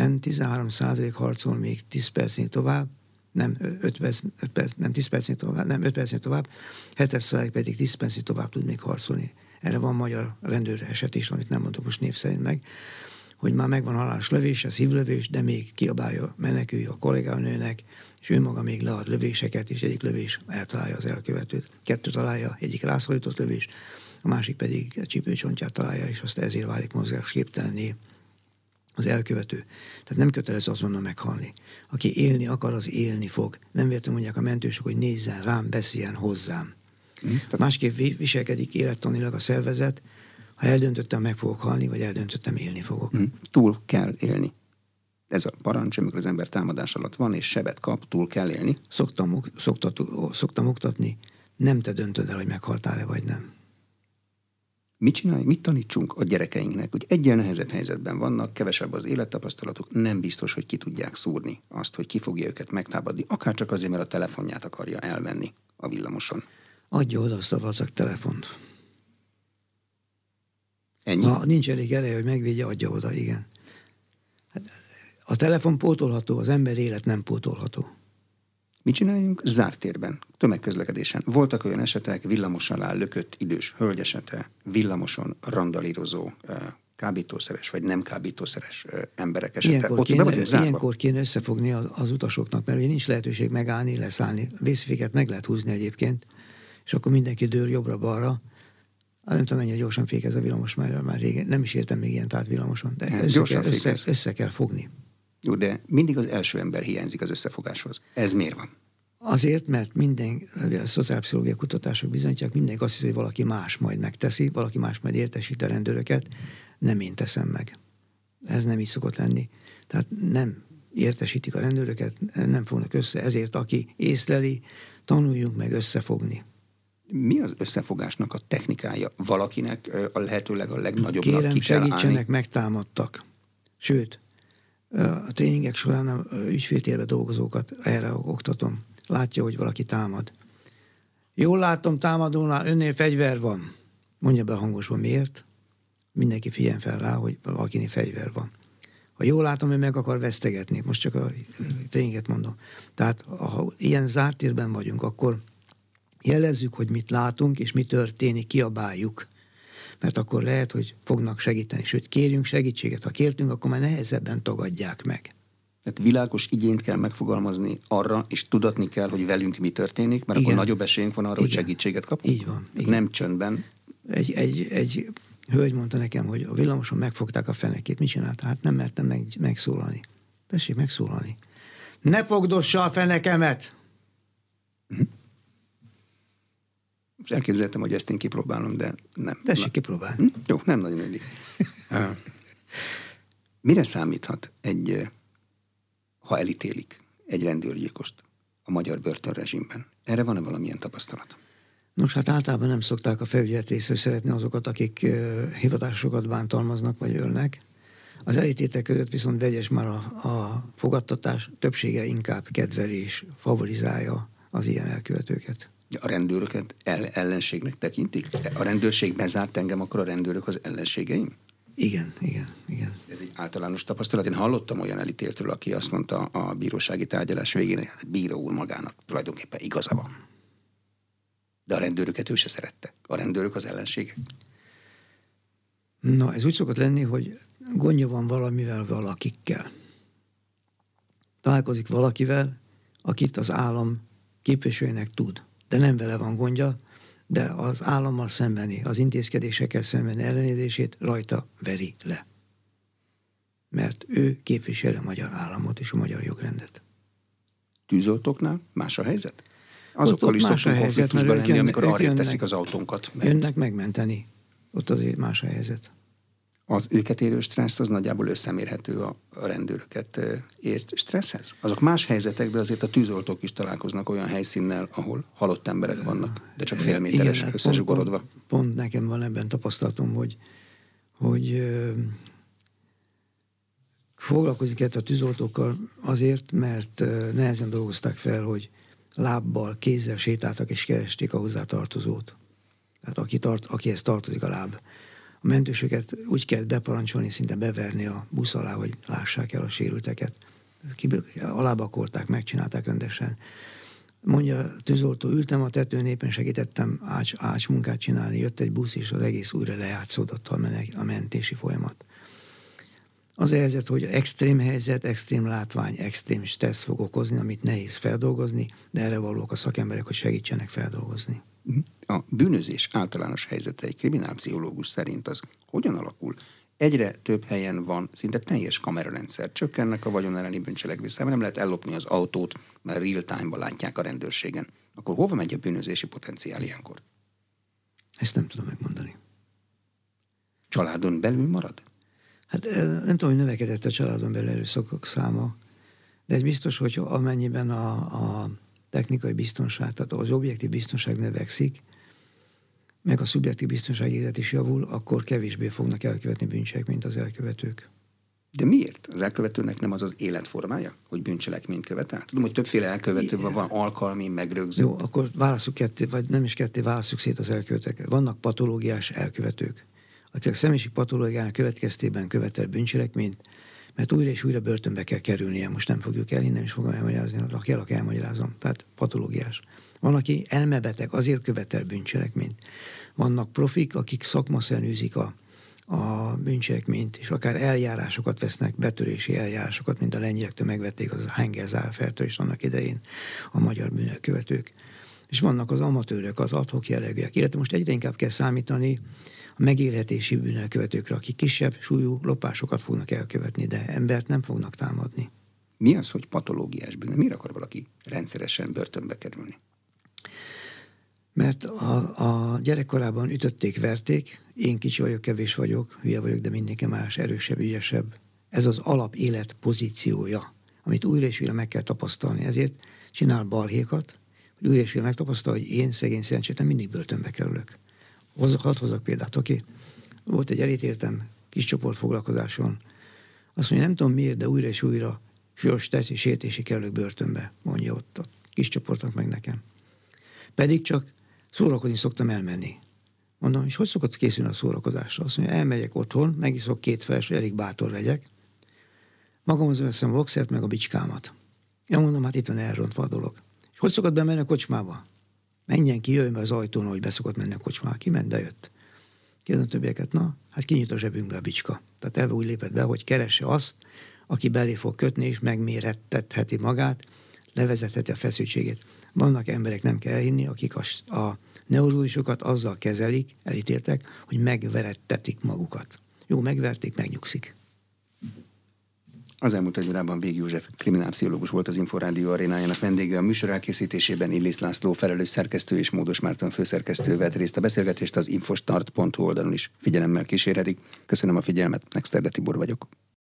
13% harcol még 10 percnél tovább, nem 5 percnél tovább, 7% pedig 10 percnél tovább tud még harcolni. Erre van magyar rendőr eset is, amit nem mondok most név szerint meg, hogy már megvan halálos lövése, szívlövés, de még kiabálja, menekülj a kolléganőnek, és ő maga még lead lövéseket, és egyik lövés eltalálja az elkövetőt. 2 találja, egyik rászorított lövés, a másik pedig a csípőcsontját találja, és azt ezért válik mozgásképtelenné az elkövető. Tehát nem kötelező azonnal meghalni. Aki élni akar, az élni fog. Nem véletlenül mondják a mentősök, hogy nézzen rám, beszéljen hozzám. Másképp viselkedik élettanilag a szervezet, Ha eldöntöttem, meg fogok halni, vagy eldöntöttem, élni fogok. Túl kell élni. Ez a parancs, amikor az ember támadás alatt van, és sebet kap, túl kell élni. Szoktam oktatni, nem te döntöd el, hogy meghaltál-e, vagy nem. Mit csinálj, mit tanítsunk a gyerekeinknek, hogy egyel nehezebb helyzetben vannak, kevesebb az élettapasztalatuk, nem biztos, hogy ki tudják szúrni azt, hogy ki fogja őket megtámadni, akár csak azért, mert a telefonját akarja elvenni a villamoson. Adja oda azt a vacak telefont. Ennyi? Ha nincs elég ereje, hogy megvédje, adja oda, igen. A telefon pótolható, az ember élet nem pótolható. Mit csináljunk? Zárt térben, tömegközlekedésen. Voltak olyan esetek, villamos alá lökött idős hölgy esete, villamoson randalírozó, kábítószeres vagy nem kábítószeres emberek esete. Ilyenkor kéne összefogni az utasoknak, mert ugye nincs lehetőség megállni, leszállni. Vészféket meg lehet húzni egyébként, és akkor mindenki dől jobbra-balra. Nem tudom, mennyire gyorsan fékez a villamos, már régen nem is értem még ilyen villamoson, de össze kell fogni. Jó, de mindig az első ember hiányzik az összefogáshoz. Ez miért van? Azért, mert a szociálpszichológiai kutatások bizonyítják, mindenki azt hiszi, hogy valaki más majd megteszi, valaki más majd értesít a rendőröket, nem én teszem meg. Ez nem így szokott lenni. Tehát nem értesítik a rendőröket, nem fognak össze, ezért aki észleli, tanuljunk meg összefogni. Mi az összefogásnak a technikája? Valakinek a lehetőleg a legnagyobbnak Kérem, ki kell segítsenek, állni? megtámadtak. Sőt, a tréningek során a ügyféltérbe dolgozókat erre oktatom. Látja, hogy valaki támad. Jól látom, támadónál önnél fegyver van. Mondja be hangosban, miért? Mindenki figyeljen fel rá, hogy valakinél fegyver van. Ha jól látom, ő meg akar vesztegetni. Most csak a tréninget mondom. Tehát, ha ilyen zárt térben vagyunk, akkor jelezzük, hogy mit látunk, és mi történik, kiabáljuk. Mert akkor lehet, hogy fognak segíteni. Sőt, kérjünk segítséget. Ha kértünk, akkor már nehezebben tagadják meg. Tehát világos igényt kell megfogalmazni arra, és tudatni kell, hogy velünk mi történik, mert igen, akkor nagyobb esélyünk van arra, hogy segítséget kapunk. Így van. Igen. Nem csöndben. Egy hölgy mondta nekem, hogy a villamoson megfogták a fenekét. Mit csinálta? Hát nem mertem megszólalni. Tessék megszólalni. Ne fogdossa a fenekemet! Most elképzeltem, hogy ezt én kipróbálom, de nem. Tessék kipróbálni. Jó, nem nagyon illik. Mire számíthat ha elítélik egy rendőrgyilkost a magyar börtönrezsimben? Erre van-e valamilyen tapasztalat? Nos, hát általában nem szokták a felügyelet részről szeretni azokat, akik hivatásokat bántalmaznak vagy ölnek. Az elítéltek között viszont vegyes már a fogadtatás, többsége inkább kedveli és favorizálja az ilyen elkövetőket. A rendőröket ellenségnek tekintik? A rendőrség bezárt engem, akkor a rendőrök az ellenségeim? Igen. Ez egy általános tapasztalat. Én hallottam olyan elítéltről, aki azt mondta a bírósági tárgyalás végén, hogy a bíró úr magának tulajdonképpen igaza van. De a rendőröket ő se szerette. A rendőrök az ellenségek. Na, ez úgy szokott lenni, hogy gondja van valamivel, valakikkel. Találkozik valakivel, akit az állam képviselőnek tud. De nem vele van gondja, de az állammal szembeni, az intézkedésekkel szembeni ellenérzését rajta veri le. Mert ő képviseli a magyar államot és a magyar jogrendet. Tűzoltóknál más a helyzet? Azokkal is szoktunk konfliktusban lenni, amikor arrébb teszik az autónkat. Jönnek megmenteni. Ott azért más a helyzet. Az őket érő stressz az nagyjából összemérhető a rendőröket ért stresszhez? Azok más helyzetek, de azért a tűzoltók is találkoznak olyan helyszínnel, ahol halott emberek vannak, de csak fél méteres összezsugorodva. Pont nekem van ebben tapasztalatom, hogy foglalkozik a tűzoltókkal azért, mert nehezen dolgozták fel, hogy lábbal, kézzel sétáltak és keresték a hozzátartozót. Tehát akihez tartozik a láb. A mentősöket úgy kell beparancsolni, szinte beverni a busz alá, hogy lássák el a sérülteket. Alábakolták, megcsinálták rendesen. Mondja a tűzoltó, ültem a tetőn, éppen segítettem ács munkát csinálni, jött egy busz, és az egész újra lejátszódott a mentési folyamat. Az a helyzet, hogy extrém helyzet, extrém látvány, extrém stressz fog okozni, amit nehéz feldolgozni, de erre valók a szakemberek, hogy segítsenek feldolgozni. A bűnözés általános helyzetei kriminálpszichológus szerint az hogyan alakul? Egyre több helyen van szinte teljes kamerarendszer. Csökkennek a vagyon elleni bűncselekvések, nem lehet ellopni az autót, mert real time-ban látják a rendőrségen. Akkor hova megy a bűnözési potenciál ilyenkor? Ezt nem tudom megmondani. családon belül marad? Hát nem tudom, hogy növekedett a családon belül erőszakok száma, de ez biztos, hogy amennyiben a technikai biztonság, tehát az objektív biztonság növekszik, meg a szubjektív biztonságérzet is javul, akkor kevésbé fognak elkövetni bűncselekményt az elkövetők. De miért? Az elkövetőnek nem az az életformája, hogy bűncselekményt követ el? Tudom, hogy többféle elkövető van alkalmi, megrögzött. Jó, akkor válasszuk ketté, vagy nem is ketté, válasszuk szét az elkövetőket. Vannak patológiás elkövetők, akik a személyiség patológiának következtében követel bűncselekményt, mert újra és újra börtönbe kell kerülnie. Most nem fogjuk elhinni, nem is fogom elmagyarázni, ha kell, akkor elmagyarázom. Tehát patológiás. Van, aki elmebeteg, azért követel bűncselekményt. Vannak profik, akik szakmaszerűen űzik a bűncselekményt, és akár eljárásokat vesznek, betörési eljárásokat, mint a lengyelektől megvették az Hengelzáfertől is annak idején a magyar bűnelkövetők. És vannak az amatőrök, az ad hoc jellegűek. Illetve most egyre inkább kell számítani a megélhetési bűnelkövetőkre, akik kisebb súlyú lopásokat fognak elkövetni, de embert nem fognak támadni. Mi az, hogy patológiás bűn? Miért akar valaki rendszeresen börtönbe kerülni? Mert a gyerekkorában ütötték, verték, én kicsi vagyok, kevés vagyok, hülye vagyok, de mindenki más, erősebb, ügyesebb. Ez az alap élet pozíciója, amit újra és újra meg kell tapasztalni. Ezért csinál balhékat, hogy újra és újra megtapasztal, hogy én szegény szerencsétlen mindig börtönbe kerülök. Hadd hozzak példát, oké? Volt egy elítéltem kis csoportfoglalkozáson. Azt mondja, nem tudom miért, de újra és újra súlyos teszi sértési kerülök börtönbe, mondja ott a kis csoportnak meg nekem. Pedig csak szórakozni szoktam elmenni. Mondom, és hogy szokott készülni a szórakozásra? Azt mondja, elmegyek otthon, megiszok 2 feles, hogy elég bátor legyek. Magamhoz veszem a boxert, meg a bicskámat. Én mondom, hát itt van elrontva a dolog. És hogy szokott bemenni a kocsmába? Menjen ki, jöjjön be az ajtón, hogy beszokott menni a kocsmába. Kiment, bejött. Kérdem a többieket, na, hát kinyit a zsebünkbe a bicska. Tehát elve úgy lépett be, hogy keresse azt, aki belé fog kötni, és megmérettetheti magát, levezetheti a feszültségét. Vannak emberek, nem kell elhinni, akik a neurózusokat azzal kezelik, elítéltek, hogy megverettetik magukat. Jó, megverték, megnyugszik. Az elmúlt egy órában Bég József kriminálpszichológus volt, az Inforádió arénájának vendége. A műsor elkészítésében Illis László felelős szerkesztő és Módos Márton főszerkesztő vett részt. A beszélgetést az infostart.hu oldalon is figyelemmel kísérhetik. Köszönöm a figyelmet, Exterde Tibor vagyok.